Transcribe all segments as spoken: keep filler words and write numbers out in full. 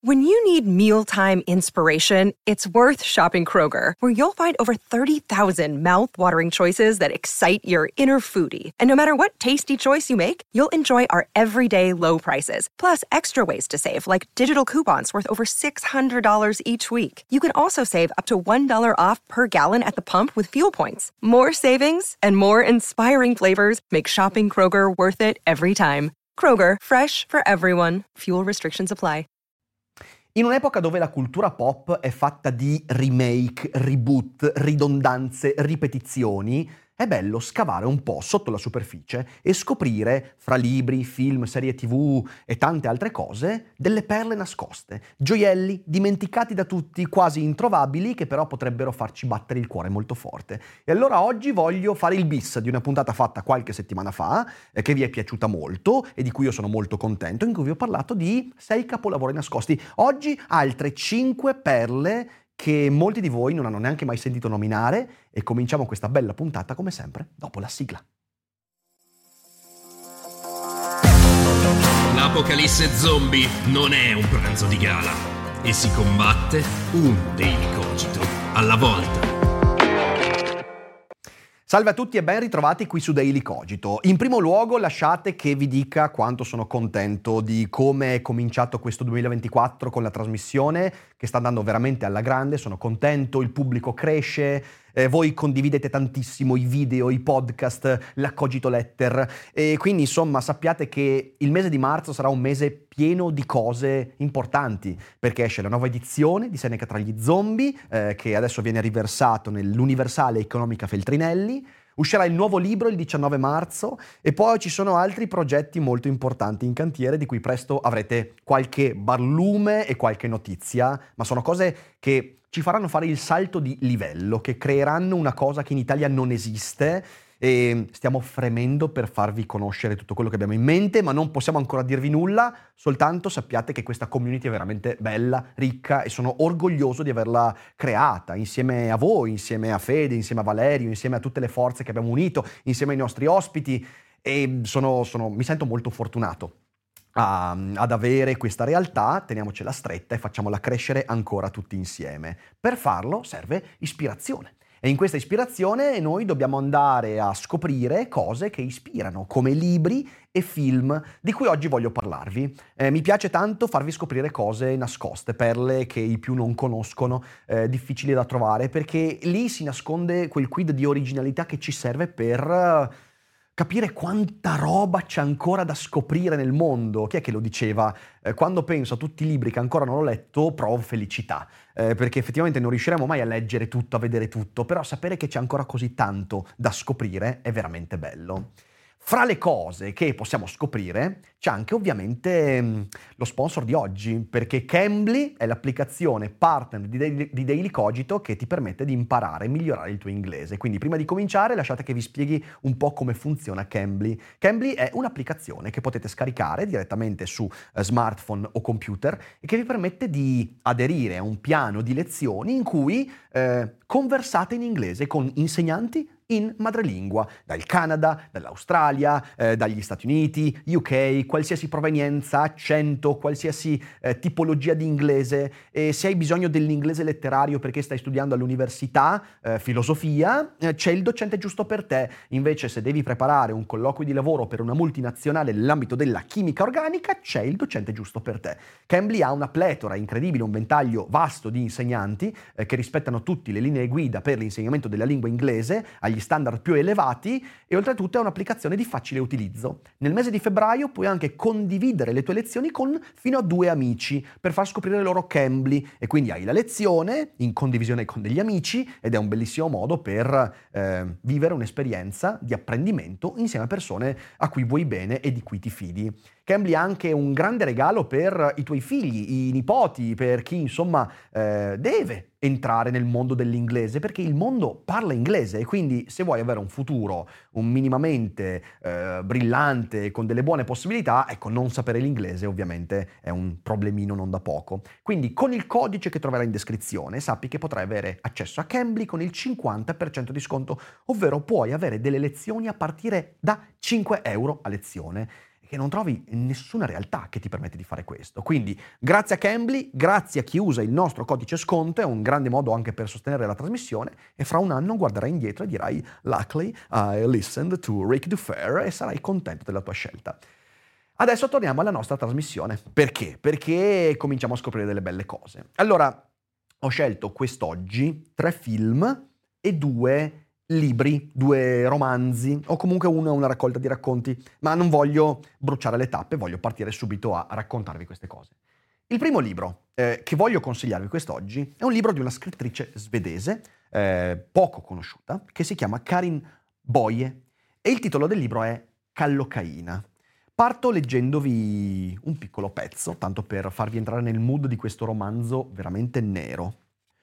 When you need mealtime inspiration, it's worth shopping Kroger, where you'll find over thirty thousand mouth-watering choices that excite your inner foodie. And no matter what tasty choice you make, you'll enjoy our everyday low prices, plus extra ways to save, like digital coupons worth over six hundred dollars each week. You can also save up to one dollar off per gallon at the pump with fuel points. More savings and more inspiring flavors make shopping Kroger worth it every time. Kroger, fresh for everyone. Fuel restrictions apply. In un'epoca dove la cultura pop è fatta di remake, reboot, ridondanze, ripetizioni, è bello scavare un po' sotto la superficie e scoprire, fra libri, film, serie tivù e tante altre cose, delle perle nascoste, gioielli dimenticati da tutti, quasi introvabili, che però potrebbero farci battere il cuore molto forte. E allora oggi voglio fare il bis di una puntata fatta qualche settimana fa, eh, che vi è piaciuta molto e di cui io sono molto contento, in cui vi ho parlato di sei capolavori nascosti. Oggi altre cinque perle che molti di voi non hanno neanche mai sentito nominare, e cominciamo questa bella puntata come sempre dopo la sigla. L'apocalisse zombie non è un pranzo di gala e si combatte un Daily Cogito alla volta. Salve a tutti e ben ritrovati qui su Daily Cogito. In primo luogo lasciate che vi dica quanto sono contento di come è cominciato questo duemilaventiquattro con la trasmissione, che sta andando veramente alla grande. Sono contento, il pubblico cresce, eh, voi condividete tantissimo i video, i podcast, la Cogito Letter, e quindi insomma sappiate che il mese di marzo sarà un mese pieno di cose importanti, perché esce la nuova edizione di Seneca tra gli zombie, eh, che adesso viene riversato nell'Universale Economica Feltrinelli. Uscirà il nuovo libro il diciannove marzo e poi ci sono altri progetti molto importanti in cantiere di cui presto avrete qualche barlume e qualche notizia, ma sono cose che ci faranno fare il salto di livello, che creeranno una cosa che in Italia non esiste, e stiamo fremendo per farvi conoscere tutto quello che abbiamo in mente, ma non possiamo ancora dirvi nulla, soltanto sappiate che questa community è veramente bella, ricca, e sono orgoglioso di averla creata insieme a voi, insieme a Fede, insieme a Valerio, insieme a tutte le forze che abbiamo unito, insieme ai nostri ospiti, e sono, sono, mi sento molto fortunato a, ad avere questa realtà. Teniamocela stretta e facciamola crescere ancora tutti insieme. Per farlo serve ispirazione. E in questa ispirazione noi dobbiamo andare a scoprire cose che ispirano, come libri e film, di cui oggi voglio parlarvi. Eh, mi piace tanto farvi scoprire cose nascoste, perle che i più non conoscono, eh, difficili da trovare, perché lì si nasconde quel quid di originalità che ci serve per uh, capire quanta roba c'è ancora da scoprire nel mondo. Chi è che lo diceva? Eh, quando penso a tutti i libri che ancora non ho letto, provo felicità. Eh, perché effettivamente non riusciremo mai a leggere tutto, a vedere tutto, però sapere che c'è ancora così tanto da scoprire è veramente bello. Fra le cose che possiamo scoprire c'è anche ovviamente mh, lo sponsor di oggi, perché Cambly è l'applicazione partner di Daily, di Daily Cogito che ti permette di imparare e migliorare il tuo inglese. Quindi prima di cominciare lasciate che vi spieghi un po' come funziona Cambly. Cambly è un'applicazione che potete scaricare direttamente su eh, smartphone o computer e che vi permette di aderire a un piano di lezioni in cui eh, conversate in inglese con insegnanti in madrelingua, dal Canada, dall'Australia, eh, dagli Stati Uniti, U K, qualsiasi provenienza, accento, qualsiasi eh, tipologia di inglese. E se hai bisogno dell'inglese letterario perché stai studiando all'università, eh, filosofia, eh, c'è il docente giusto per te. Invece se devi preparare un colloquio di lavoro per una multinazionale nell'ambito della chimica organica, c'è il docente giusto per te. Cambly ha una pletora incredibile, un ventaglio vasto di insegnanti eh, che rispettano tutti le linee guida per l'insegnamento della lingua inglese agli standard più elevati, e oltretutto è un'applicazione di facile utilizzo. Nel mese di febbraio puoi anche condividere le tue lezioni con fino a due amici per far scoprire loro Cambly, e quindi hai la lezione in condivisione con degli amici ed è un bellissimo modo per eh, vivere un'esperienza di apprendimento insieme a persone a cui vuoi bene e di cui ti fidi. Cambly ha anche un grande regalo per i tuoi figli, i nipoti, per chi insomma eh, deve entrare nel mondo dell'inglese, perché il mondo parla inglese, e quindi se vuoi avere un futuro un minimamente eh, brillante, con delle buone possibilità, ecco, non sapere l'inglese ovviamente è un problemino non da poco. Quindi con il codice che troverai in descrizione sappi che potrai avere accesso a Cambly con il cinquanta per cento di sconto, ovvero puoi avere delle lezioni a partire da cinque euro a lezione. che non trovi nessuna realtà che ti permette di fare questo. Quindi grazie a Cambly, grazie a chi usa il nostro codice sconto, è un grande modo anche per sostenere la trasmissione, e fra un anno guarderai indietro e dirai "Luckily I listened to Rick Dufer", e sarai contento della tua scelta. Adesso torniamo alla nostra trasmissione. Perché? Perché cominciamo a scoprire delle belle cose. Allora, ho scelto quest'oggi tre film e due libri, due romanzi, o comunque una, una raccolta di racconti, ma non voglio bruciare le tappe, voglio partire subito a raccontarvi queste cose. Il primo libro eh, che voglio consigliarvi quest'oggi è un libro di una scrittrice svedese, eh, poco conosciuta, che si chiama Karin Boye, e il titolo del libro è Kallocaina. Parto leggendovi un piccolo pezzo, tanto per farvi entrare nel mood di questo romanzo veramente nero.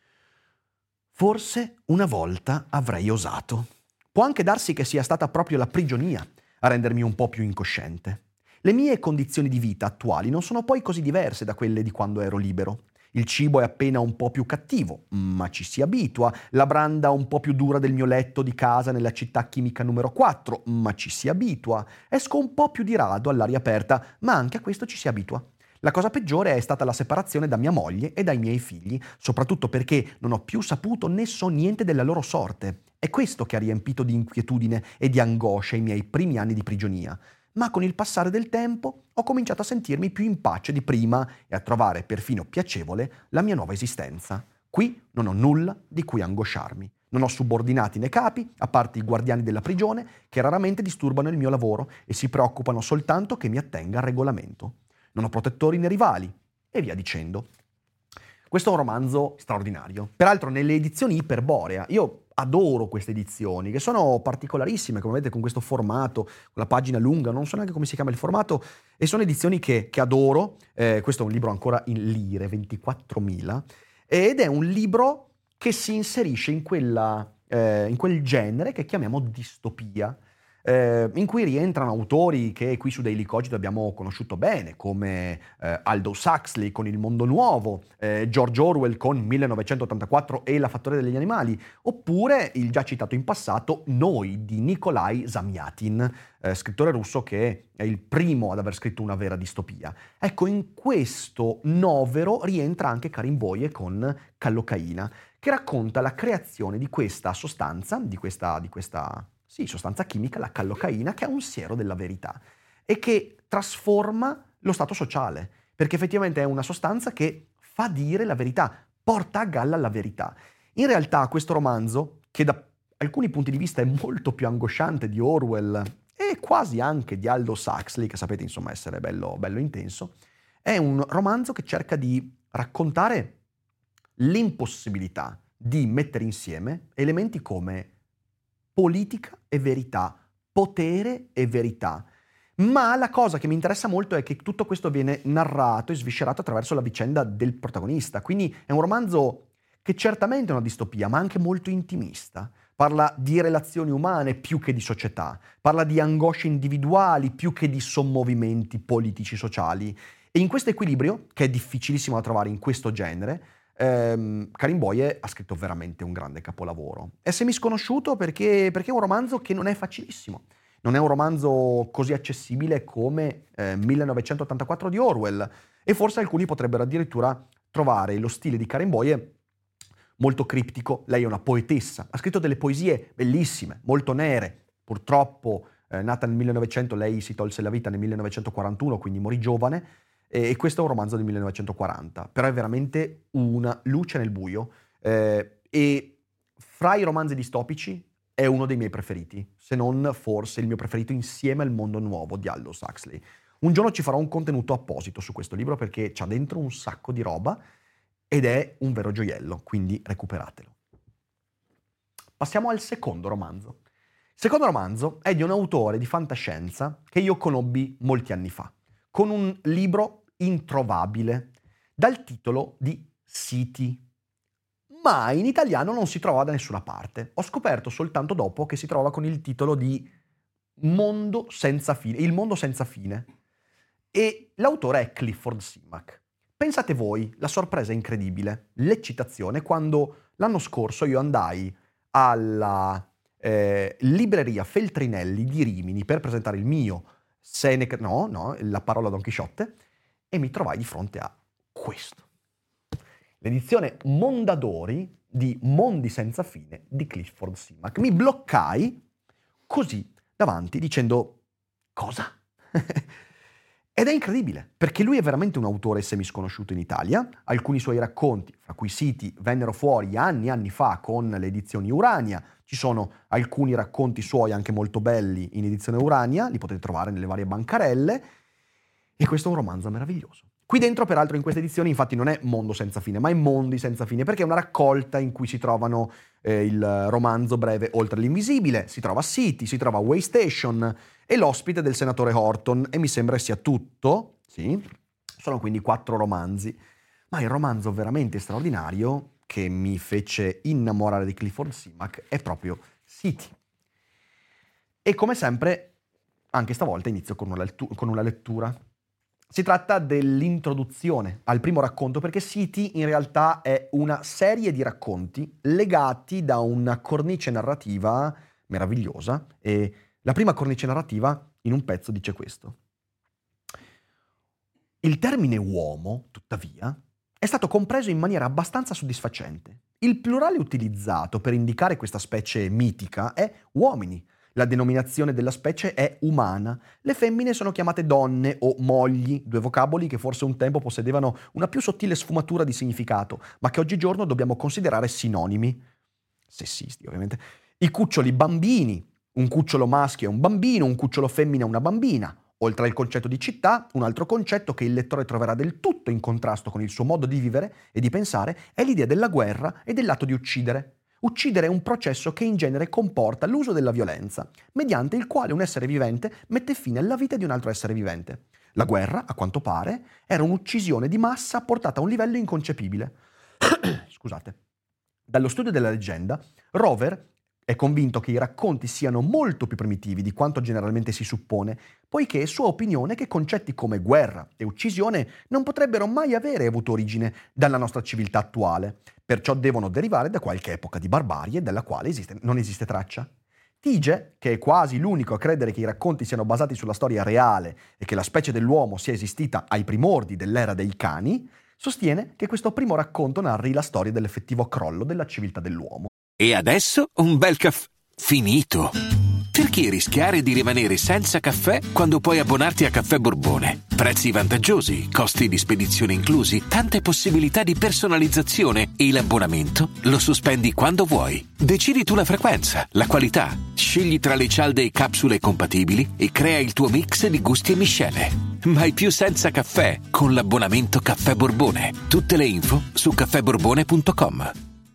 Forse una volta avrei osato. Può anche darsi che sia stata proprio la prigionia a rendermi un po' più incosciente. Le mie condizioni di vita attuali non sono poi così diverse da quelle di quando ero libero. Il cibo è appena un po' più cattivo, ma ci si abitua. La branda un po' più dura del mio letto di casa nella città chimica numero quattro, ma ci si abitua. Esco un po' più di rado all'aria aperta, ma anche a questo ci si abitua. La cosa peggiore è stata la separazione da mia moglie e dai miei figli, soprattutto perché non ho più saputo né so niente della loro sorte. È questo che ha riempito di inquietudine e di angoscia i miei primi anni di prigionia. Ma con il passare del tempo ho cominciato a sentirmi più in pace di prima e a trovare perfino piacevole la mia nuova esistenza. Qui non ho nulla di cui angosciarmi. Non ho subordinati né capi, a parte i guardiani della prigione, che raramente disturbano il mio lavoro e si preoccupano soltanto che mi attenga al regolamento. Non ho protettori né rivali, e via dicendo. Questo è un romanzo straordinario. Peraltro nelle edizioni Iperborea, io adoro queste edizioni, che sono particolarissime, come vedete, con questo formato, con la pagina lunga, non so neanche come si chiama il formato, e sono edizioni che, che adoro. Eh, questo è un libro ancora in lire, ventiquattromila, ed è un libro che si inserisce in, quella, eh, in quel genere che chiamiamo distopia, eh, in cui rientrano autori che qui su Daily Cogito abbiamo conosciuto bene, come eh, Aldous Huxley con Il Mondo Nuovo, eh, George Orwell con millenovecentottantaquattro e La fattoria degli animali, oppure il già citato in passato Noi di Nikolai Zamyatin, eh, scrittore russo che è il primo ad aver scritto una vera distopia. Ecco, in questo novero rientra anche Karin Boye con Kallocaina, che racconta la creazione di questa sostanza, di questa... Di questa Sì, sostanza chimica, la kallocaina, che è un siero della verità e che trasforma lo stato sociale, perché effettivamente è una sostanza che fa dire la verità, porta a galla la verità. In realtà questo romanzo, che da alcuni punti di vista è molto più angosciante di Orwell e quasi anche di Aldous Huxley, che sapete insomma essere bello, bello intenso, è un romanzo che cerca di raccontare l'impossibilità di mettere insieme elementi come politica e verità, potere e verità. Ma la cosa che mi interessa molto è che tutto questo viene narrato e sviscerato attraverso la vicenda del protagonista. Quindi è un romanzo che certamente è una distopia, ma anche molto intimista. Parla di relazioni umane più che di società. Parla di angosce individuali più che di sommovimenti politici sociali. E in questo equilibrio, che è difficilissimo da trovare in questo genere, Um, Karin Boye ha scritto veramente un grande capolavoro. È semisconosciuto perché, perché è un romanzo che non è facilissimo. Non è un romanzo così accessibile come eh, millenovecentottantaquattro di Orwell, e forse alcuni potrebbero addirittura trovare lo stile di Karin Boye molto criptico. Lei è una poetessa, ha scritto delle poesie bellissime, molto nere. Purtroppo, eh, nata nel millenovecento, lei si tolse la vita nel millenovecentoquarantuno, quindi morì giovane. E questo è un romanzo del millenovecentoquaranta, però è veramente una luce nel buio, eh, e fra i romanzi distopici è uno dei miei preferiti, se non forse il mio preferito insieme al Mondo Nuovo di Aldous Huxley. Un giorno ci farò un contenuto apposito su questo libro perché c'ha dentro un sacco di roba ed è un vero gioiello, quindi recuperatelo. Passiamo al secondo romanzo. Il secondo romanzo è di un autore di fantascienza che io conobbi molti anni fa, con un libro introvabile dal titolo di City, ma in italiano non si trova da nessuna parte. Ho scoperto soltanto dopo che si trova con il titolo di Mondo senza fine, Il mondo senza fine, e l'autore è Clifford Simak. Pensate voi, la sorpresa incredibile, l'eccitazione, quando l'anno scorso io andai alla eh, libreria Feltrinelli di Rimini per presentare il mio Seneca, no, no, la parola Don Chisciotte, e mi trovai di fronte a questo. L'edizione Mondadori di Mondi senza fine di Clifford Simak. Mi bloccai così davanti dicendo: cosa? Ed è incredibile, perché lui è veramente un autore semisconosciuto in Italia. Alcuni suoi racconti, fra cui City, vennero fuori anni e anni fa con le edizioni Urania. Ci sono alcuni racconti suoi anche molto belli in edizione Urania, li potete trovare nelle varie bancarelle, e questo è un romanzo meraviglioso. Qui dentro, peraltro, in questa edizione, infatti, non è Mondo senza fine, ma è Mondi senza fine, perché è una raccolta in cui si trovano eh, il romanzo breve Oltre l'invisibile, si trova City, si trova Waystation e l'ospite del senatore Horton, e mi sembra sia tutto, sì, sono quindi quattro romanzi, ma il romanzo veramente straordinario che mi fece innamorare di Clifford Simak è proprio City. E come sempre, anche stavolta inizio con una, lettu- con una lettura. Si tratta dell'introduzione al primo racconto, perché City in realtà è una serie di racconti legati da una cornice narrativa meravigliosa, e la prima cornice narrativa in un pezzo dice questo. Il termine uomo, tuttavia, è stato compreso in maniera abbastanza soddisfacente. Il plurale utilizzato per indicare questa specie mitica è uomini. La denominazione della specie è umana. Le femmine sono chiamate donne o mogli, due vocaboli che forse un tempo possedevano una più sottile sfumatura di significato, ma che oggigiorno dobbiamo considerare sinonimi. Sessisti, ovviamente. I cuccioli bambini. Un cucciolo maschio è un bambino, un cucciolo femmina è una bambina. Oltre al concetto di città, un altro concetto che il lettore troverà del tutto in contrasto con il suo modo di vivere e di pensare è l'idea della guerra e dell'atto di uccidere. Uccidere è un processo che in genere comporta l'uso della violenza, mediante il quale un essere vivente mette fine alla vita di un altro essere vivente. La guerra, a quanto pare, era un'uccisione di massa portata a un livello inconcepibile. Scusate. Dallo studio della leggenda, Rover è convinto che i racconti siano molto più primitivi di quanto generalmente si suppone, poiché è sua opinione che concetti come guerra e uccisione non potrebbero mai avere avuto origine dalla nostra civiltà attuale, perciò devono derivare da qualche epoca di barbarie della quale esiste, non esiste traccia. Tige, che è quasi l'unico a credere che i racconti siano basati sulla storia reale e che la specie dell'uomo sia esistita ai primordi dell'era dei cani, sostiene che questo primo racconto narri la storia dell'effettivo crollo della civiltà dell'uomo. E adesso un bel caffè finito. Perché rischiare di rimanere senza caffè quando puoi abbonarti a Caffè Borbone? Prezzi vantaggiosi, costi di spedizione inclusi, tante possibilità di personalizzazione e l'abbonamento lo sospendi quando vuoi. Decidi tu la frequenza, la qualità, scegli tra le cialde e capsule compatibili e crea il tuo mix di gusti e miscele. Mai più senza caffè con l'abbonamento Caffè Borbone. Tutte le info su caffè borbone punto com.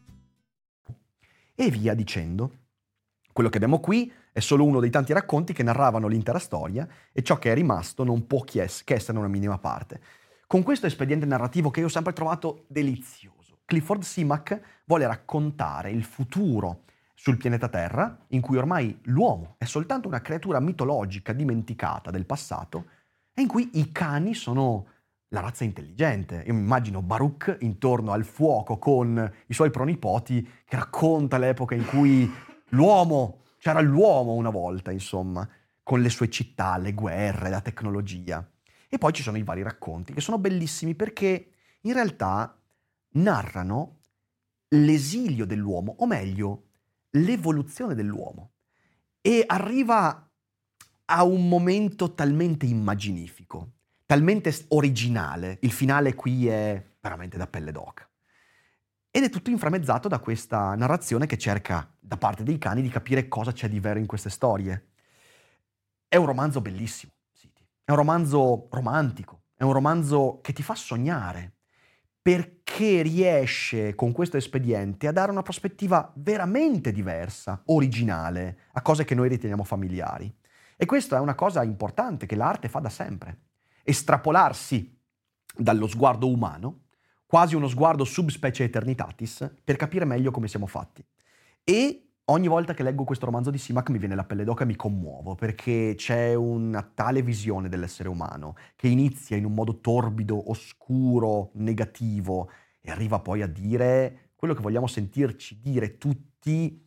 E via dicendo. Quello che abbiamo qui è solo uno dei tanti racconti che narravano l'intera storia, e ciò che è rimasto non può che essere una minima parte. Con questo espediente narrativo che io ho sempre trovato delizioso, Clifford Simak vuole raccontare il futuro sul pianeta Terra, in cui ormai l'uomo è soltanto una creatura mitologica dimenticata del passato, e in cui i cani sono la razza intelligente. Io mi immagino Baruch intorno al fuoco con i suoi pronipoti che racconta l'epoca in cui l'uomo, c'era l'uomo una volta, insomma, con le sue città, le guerre, la tecnologia. E poi ci sono i vari racconti che sono bellissimi perché in realtà narrano l'esilio dell'uomo, o meglio, l'evoluzione dell'uomo. E arriva a un momento talmente immaginifico, talmente originale, il finale qui è veramente da pelle d'oca. Ed è tutto inframmezzato da questa narrazione che cerca, da parte dei cani, di capire cosa c'è di vero in queste storie. È un romanzo bellissimo, City. È un romanzo romantico, è un romanzo che ti fa sognare, perché riesce con questo espediente a dare una prospettiva veramente diversa, originale, a cose che noi riteniamo familiari. E questa è una cosa importante che l'arte fa da sempre. Estrapolarsi dallo sguardo umano, quasi uno sguardo subspecie eternitatis, per capire meglio come siamo fatti. E ogni volta che leggo questo romanzo di Simak mi viene la pelle d'oca e mi commuovo, perché c'è una tale visione dell'essere umano che inizia in un modo torbido, oscuro, negativo, e arriva poi a dire quello che vogliamo sentirci dire tutti,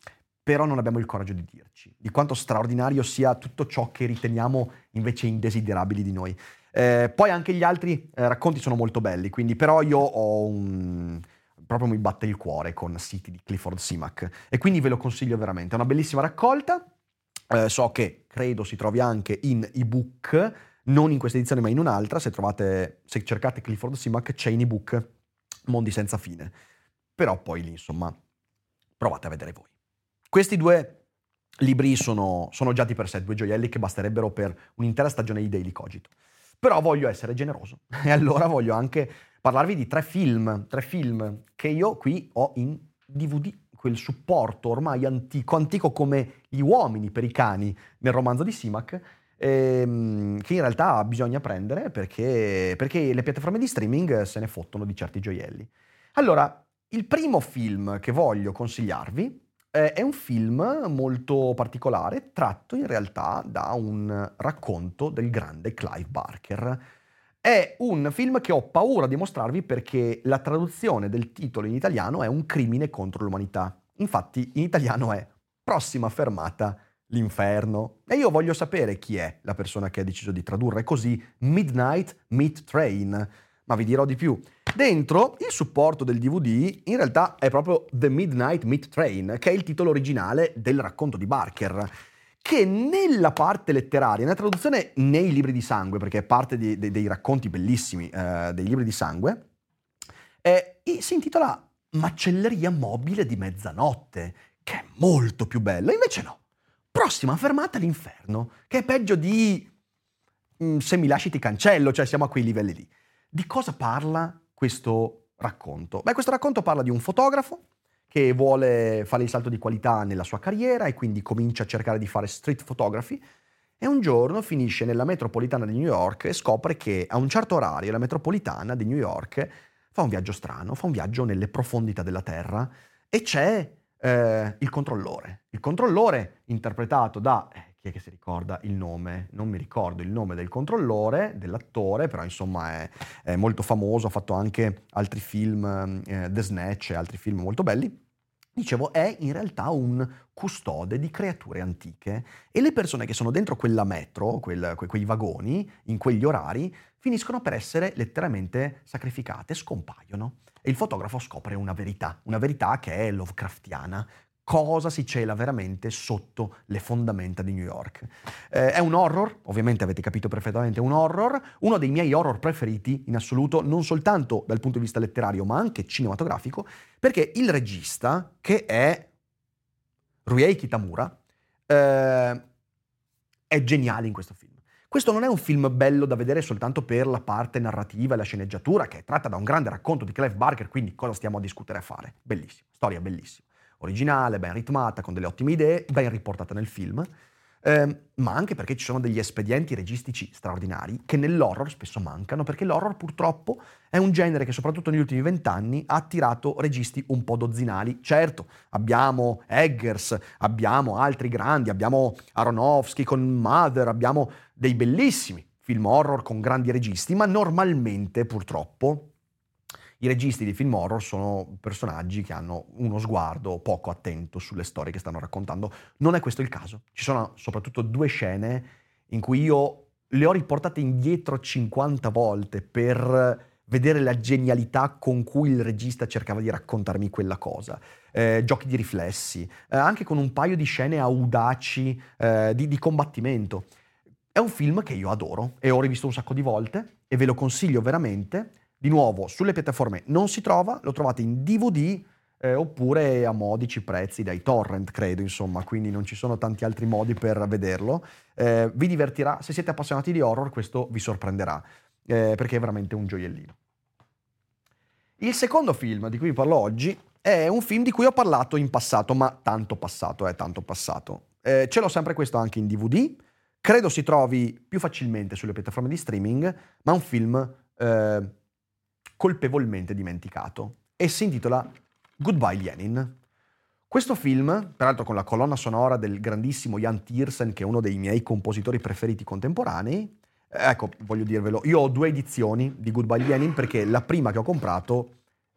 però non abbiamo il coraggio di dirci, di quanto straordinario sia tutto ciò che riteniamo invece indesiderabili di noi. Eh, poi anche gli altri eh, racconti sono molto belli, quindi però io ho un... proprio mi batte il cuore con City di Clifford Simak e quindi ve lo consiglio veramente. È una bellissima raccolta, eh, so che credo si trovi anche in ebook, non in questa edizione ma in un'altra, se trovate, se cercate Clifford Simak c'è in ebook Mondi senza fine, però poi lì insomma provate a vedere voi. Questi due libri sono, sono già di per sé due gioielli che basterebbero per un'intera stagione di Daily Cogito. Però voglio essere generoso e allora voglio anche parlarvi di tre film, tre film che io qui ho in D V D, quel supporto ormai antico, antico come gli uomini per i cani nel romanzo di Simak, ehm, che in realtà bisogna prendere perché, perché le piattaforme di streaming se ne fottono di certi gioielli. Allora, il primo film che voglio consigliarvi eh, è un film molto particolare, tratto in realtà da un racconto del grande Clive Barker. È un film che ho paura di mostrarvi perché la traduzione del titolo in italiano è Un crimine contro l'umanità. Infatti in italiano è Prossima fermata, l'inferno. E io voglio sapere chi è la persona che ha deciso di tradurre così Midnight Meat Train. Ma vi dirò di più. Dentro il supporto del D V D in realtà è proprio The Midnight Meat Train, che è il titolo originale del racconto di Barker, che nella parte letteraria, nella traduzione nei libri di sangue, perché è parte di, de, dei racconti bellissimi eh, dei libri di sangue, eh, si intitola Macelleria mobile di mezzanotte, che è molto più bello. Invece no, Prossima fermata l'inferno, che è peggio di mm, Se mi lasci ti cancello, cioè siamo a quei livelli lì. Di cosa parla questo racconto? Beh, questo racconto parla di un fotografo che vuole fare il salto di qualità nella sua carriera e quindi comincia a cercare di fare street photography e un giorno finisce nella metropolitana di New York e scopre che a un certo orario la metropolitana di New York fa un viaggio strano, fa un viaggio nelle profondità della terra e c'è eh, il controllore. Il controllore interpretato da... Eh, chi è che si ricorda il nome? Non mi ricordo il nome del controllore, dell'attore, però insomma è, è molto famoso, ha fatto anche altri film, eh, The Snatch e altri film molto belli. Dicevo, è in realtà un custode di creature antiche e le persone che sono dentro quella metro, quel, que, quei vagoni, in quegli orari, finiscono per essere letteralmente sacrificate, scompaiono. E il fotografo scopre una verità, una verità che è Lovecraftiana. Cosa si cela veramente sotto le fondamenta di New York. Eh, è un horror, ovviamente avete capito perfettamente, è un horror, uno dei miei horror preferiti in assoluto, non soltanto dal punto di vista letterario, ma anche cinematografico, perché il regista, che è Ryuhei Kitamura, eh, è geniale in questo film. Questo non è un film bello da vedere soltanto per la parte narrativa e la sceneggiatura, che è tratta da un grande racconto di Clive Barker, quindi cosa stiamo a discutere a fare? Bellissimo, storia bellissima. Originale, ben ritmata, con delle ottime idee, ben riportata nel film, eh, ma anche perché ci sono degli espedienti registici straordinari che nell'horror spesso mancano, perché l'horror purtroppo è un genere che soprattutto negli ultimi vent'anni ha attirato registi un po' dozzinali. Certo, abbiamo Eggers, abbiamo altri grandi, abbiamo Aronofsky con Mother, abbiamo dei bellissimi film horror con grandi registi, ma normalmente purtroppo i registi di film horror sono personaggi che hanno uno sguardo poco attento sulle storie che stanno raccontando. Non è questo il caso. Ci sono soprattutto due scene in cui io le ho riportate indietro cinquanta volte per vedere la genialità con cui il regista cercava di raccontarmi quella cosa. Eh, giochi di riflessi, eh, anche con un paio di scene audaci eh, di, di combattimento. È un film che io adoro e ho rivisto un sacco di volte e ve lo consiglio veramente. Di nuovo, sulle piattaforme non si trova, lo trovate in D V D eh, oppure a modici prezzi dai torrent, credo, insomma, quindi non ci sono tanti altri modi per vederlo. Eh, vi divertirà, se siete appassionati di horror questo vi sorprenderà, eh, perché è veramente un gioiellino. Il secondo film di cui vi parlo oggi è un film di cui ho parlato in passato, ma tanto passato, è eh, tanto passato. Eh, ce l'ho sempre questo anche in D V D, credo si trovi più facilmente sulle piattaforme di streaming, ma è un film... Eh, colpevolmente dimenticato e si intitola Goodbye Lenin. Questo film, peraltro con la colonna sonora del grandissimo Jan Tiersen, che è uno dei miei compositori preferiti contemporanei, ecco, voglio dirvelo, io ho due edizioni di Goodbye Lenin perché la prima che ho comprato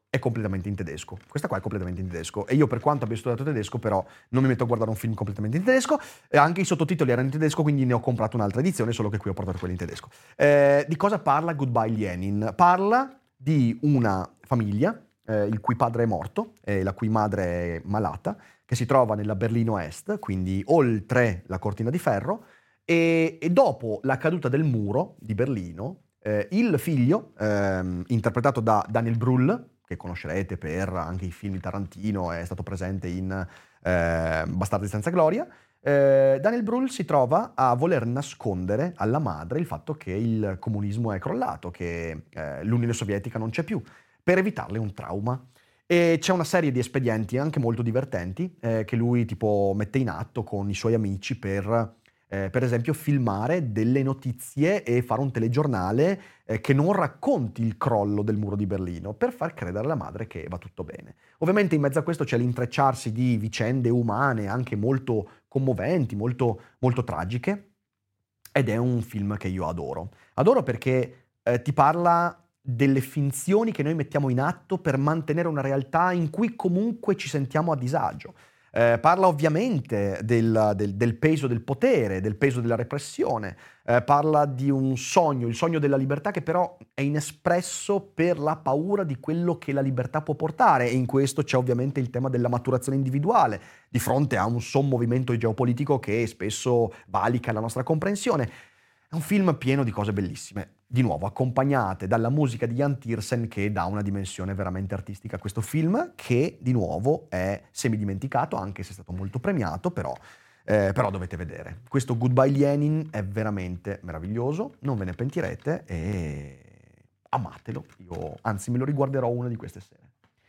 è completamente in tedesco. Questa qua è completamente in tedesco. E io, per quanto abbia studiato tedesco, però non mi metto a guardare un film completamente in tedesco. E anche i sottotitoli erano in tedesco, quindi ne ho comprato un'altra edizione, solo che qui ho portato quelli in tedesco. Eh, di cosa parla Goodbye Lenin? Parla di una famiglia, eh, il cui padre è morto e la cui madre è malata, che si trova nella Berlino Est, quindi oltre la cortina di ferro, e, e dopo la caduta del muro di Berlino, eh, il figlio, ehm, interpretato da Daniel Brühl, che conoscerete per anche i film di Tarantino, è stato presente in eh, Bastardi senza gloria, eh, Daniel Brühl si trova a voler nascondere alla madre il fatto che il comunismo è crollato, che eh, l'Unione Sovietica non c'è più, per evitarle un trauma. E c'è una serie di espedienti anche molto divertenti eh, che lui tipo mette in atto con i suoi amici per... Eh, per esempio filmare delle notizie e fare un telegiornale eh, che non racconti il crollo del muro di Berlino, per far credere alla madre che va tutto bene. Ovviamente in mezzo a questo c'è l'intrecciarsi di vicende umane anche molto commoventi, molto, molto tragiche, ed è un film che io adoro. Adoro perché eh, ti parla delle finzioni che noi mettiamo in atto per mantenere una realtà in cui comunque ci sentiamo a disagio. Eh, parla ovviamente del, del, del peso del potere, del peso della repressione, eh, parla di un sogno, il sogno della libertà, che però è inespresso per la paura di quello che la libertà può portare, e in questo c'è ovviamente il tema della maturazione individuale di fronte a un sommovimento geopolitico che spesso valica la nostra comprensione. È un film pieno di cose bellissime, di nuovo accompagnate dalla musica di Jan Tiersen, che dà una dimensione veramente artistica a questo film, che di nuovo è semidimenticato, anche se è stato molto premiato, però, eh, però dovete vedere. Questo Goodbye Lenin è veramente meraviglioso, non ve ne pentirete e amatelo, io anzi me lo riguarderò una di queste sere.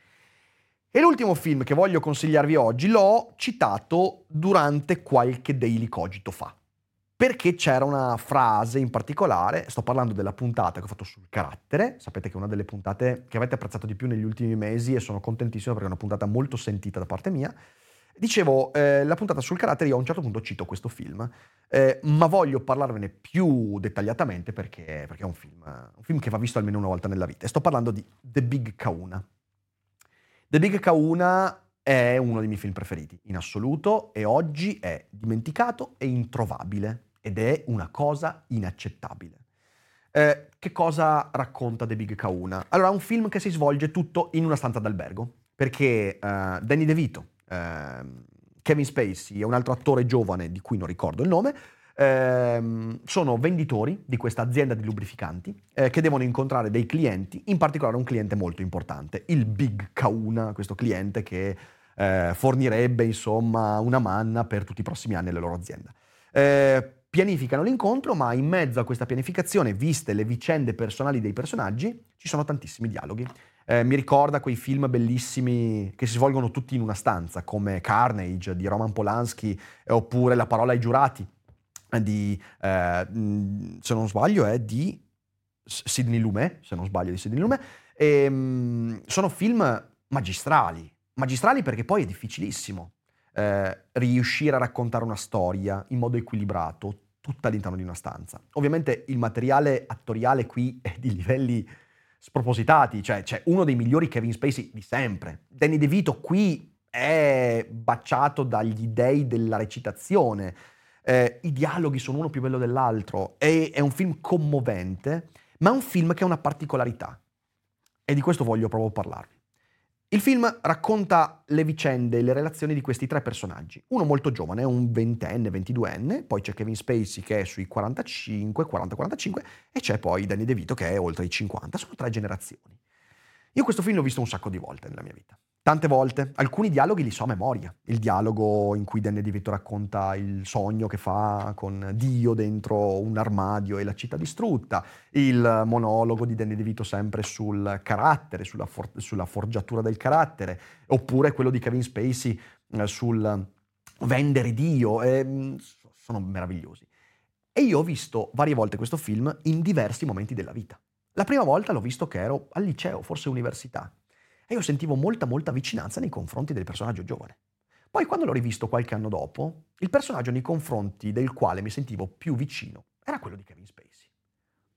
E l'ultimo film che voglio consigliarvi oggi l'ho citato durante qualche Daily Cogito fa, perché c'era una frase in particolare. Sto parlando della puntata che ho fatto sul carattere. Sapete che è una delle puntate che avete apprezzato di più negli ultimi mesi e sono contentissimo perché è una puntata molto sentita da parte mia. Dicevo, eh, la puntata sul carattere, io a un certo punto cito questo film, eh, ma voglio parlarvene più dettagliatamente perché, perché è un film, un film che va visto almeno una volta nella vita. E sto parlando di The Big Kahuna. The Big Kahuna è uno dei miei film preferiti in assoluto e oggi è dimenticato e introvabile. Ed è una cosa inaccettabile. Eh, che cosa racconta The Big Kahuna? Allora, è un film che si svolge tutto in una stanza d'albergo, perché eh, Danny DeVito, eh, Kevin Spacey e un altro attore giovane di cui non ricordo il nome, eh, sono venditori di questa azienda di lubrificanti eh, che devono incontrare dei clienti, in particolare un cliente molto importante, il Big Kahuna, questo cliente che eh, fornirebbe insomma una manna per tutti i prossimi anni alla loro azienda. Eh, pianificano l'incontro, ma in mezzo a questa pianificazione, viste le vicende personali dei personaggi, ci sono tantissimi dialoghi. Eh, mi ricorda quei film bellissimi che si svolgono tutti in una stanza, come Carnage di Roman Polanski, eh, oppure La parola ai giurati di, eh, se non sbaglio, è di Sidney Lumet, se non sbaglio di Sidney Lumet. E, mh, sono film magistrali, magistrali perché poi è difficilissimo. Eh, riuscire a raccontare una storia in modo equilibrato tutta all'interno di una stanza. Ovviamente il materiale attoriale qui è di livelli spropositati, cioè c'è uno dei migliori Kevin Spacey di sempre. Danny DeVito qui è baciato dagli dei della recitazione, eh, i dialoghi sono uno più bello dell'altro, è, è un film commovente, ma è un film che ha una particolarità e di questo voglio proprio parlarvi. Il film racconta le vicende e le relazioni di questi tre personaggi. Uno molto giovane, un ventenne, ventiduenne, poi c'è Kevin Spacey che è sui quarantacinque, quaranta quarantacinque e c'è poi Danny DeVito che è oltre i cinquanta. Sono tre generazioni. Io questo film l'ho visto un sacco di volte nella mia vita. Tante volte. Alcuni dialoghi li so a memoria. Il dialogo in cui Danny DeVito racconta il sogno che fa con Dio dentro un armadio e la città distrutta. Il monologo di Danny DeVito sempre sul carattere, sulla, for- sulla forgiatura del carattere. Oppure quello di Kevin Spacey eh, sul vendere Dio. Eh, sono meravigliosi. E io ho visto varie volte questo film in diversi momenti della vita. La prima volta l'ho visto che ero al liceo, forse università, e io sentivo molta molta vicinanza nei confronti del personaggio giovane. Poi quando l'ho rivisto qualche anno dopo, il personaggio nei confronti del quale mi sentivo più vicino era quello di Kevin Spacey.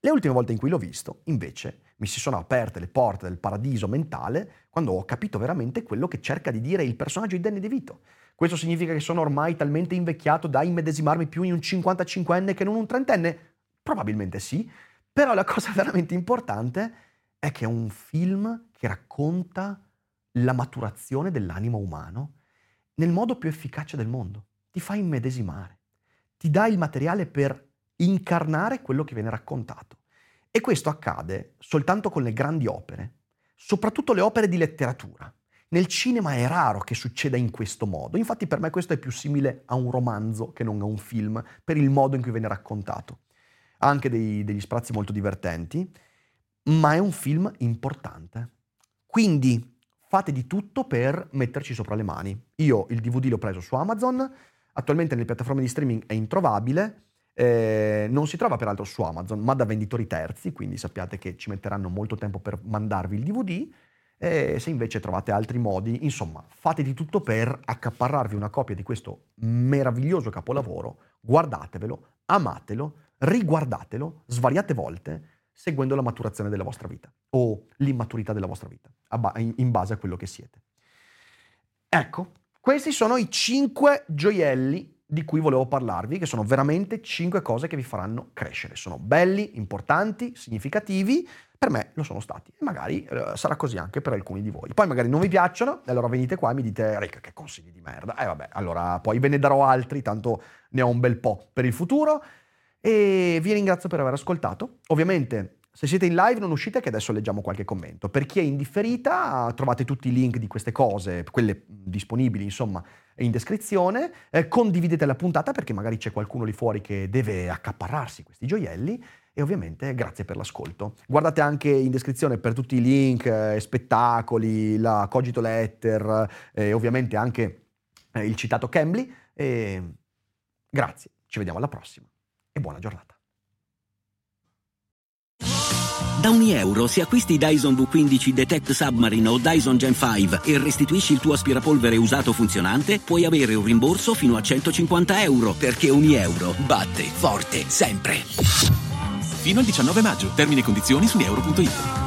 Le ultime volte in cui l'ho visto, invece, mi si sono aperte le porte del paradiso mentale quando ho capito veramente quello che cerca di dire il personaggio di Danny DeVito. Questo significa che sono ormai talmente invecchiato da immedesimarmi più in un cinquantacinquenne che non un trentenne? Probabilmente sì, però la cosa veramente importante è che è un film che racconta la maturazione dell'animo umano nel modo più efficace del mondo. Ti fa immedesimare, ti dà il materiale per incarnare quello che viene raccontato. E questo accade soltanto con le grandi opere, soprattutto le opere di letteratura. Nel cinema è raro che succeda in questo modo, infatti per me questo è più simile a un romanzo che non a un film, per il modo in cui viene raccontato. Ha anche dei, degli sprazzi molto divertenti, ma è un film importante. Quindi fate di tutto per metterci sopra le mani. Io il D V D l'ho preso su Amazon, attualmente nelle piattaforme di streaming è introvabile, eh, non si trova peraltro su Amazon, ma da venditori terzi, quindi sappiate che ci metteranno molto tempo per mandarvi il D V D, e se invece trovate altri modi, insomma, fate di tutto per accaparrarvi una copia di questo meraviglioso capolavoro, guardatevelo, amatelo, riguardatelo svariate volte, seguendo la maturazione della vostra vita, o l'immaturità della vostra vita, in base a quello che siete. Ecco, questi sono i cinque gioielli di cui volevo parlarvi, che sono veramente cinque cose che vi faranno crescere. Sono belli, importanti, significativi, per me lo sono stati, e magari eh, sarà così anche per alcuni di voi. Poi magari non vi piacciono, e allora venite qua e mi dite, Rick, che consigli di merda. E eh, vabbè, allora poi ve ne darò altri, tanto ne ho un bel po' per il futuro, e vi ringrazio per aver ascoltato. Ovviamente, se siete in live non uscite, che adesso leggiamo qualche commento. Per chi è in differita trovate tutti i link di queste cose, quelle disponibili insomma in descrizione. Eh, condividete la puntata perché magari c'è qualcuno lì fuori che deve accaparrarsi questi gioielli, e ovviamente grazie per l'ascolto. Guardate anche in descrizione per tutti i link, eh, spettacoli, la Cogito Letter e eh, ovviamente anche eh, il citato Cambly. E grazie, ci vediamo alla prossima e buona giornata. Da ogni euro, se acquisti Dyson V quindici Detect Submarine o Dyson Gen cinque e restituisci il tuo aspirapolvere usato funzionante, puoi avere un rimborso fino a centocinquanta euro, perché ogni euro batte forte sempre. Fino al diciannove maggio. Termini e condizioni su euro punto it.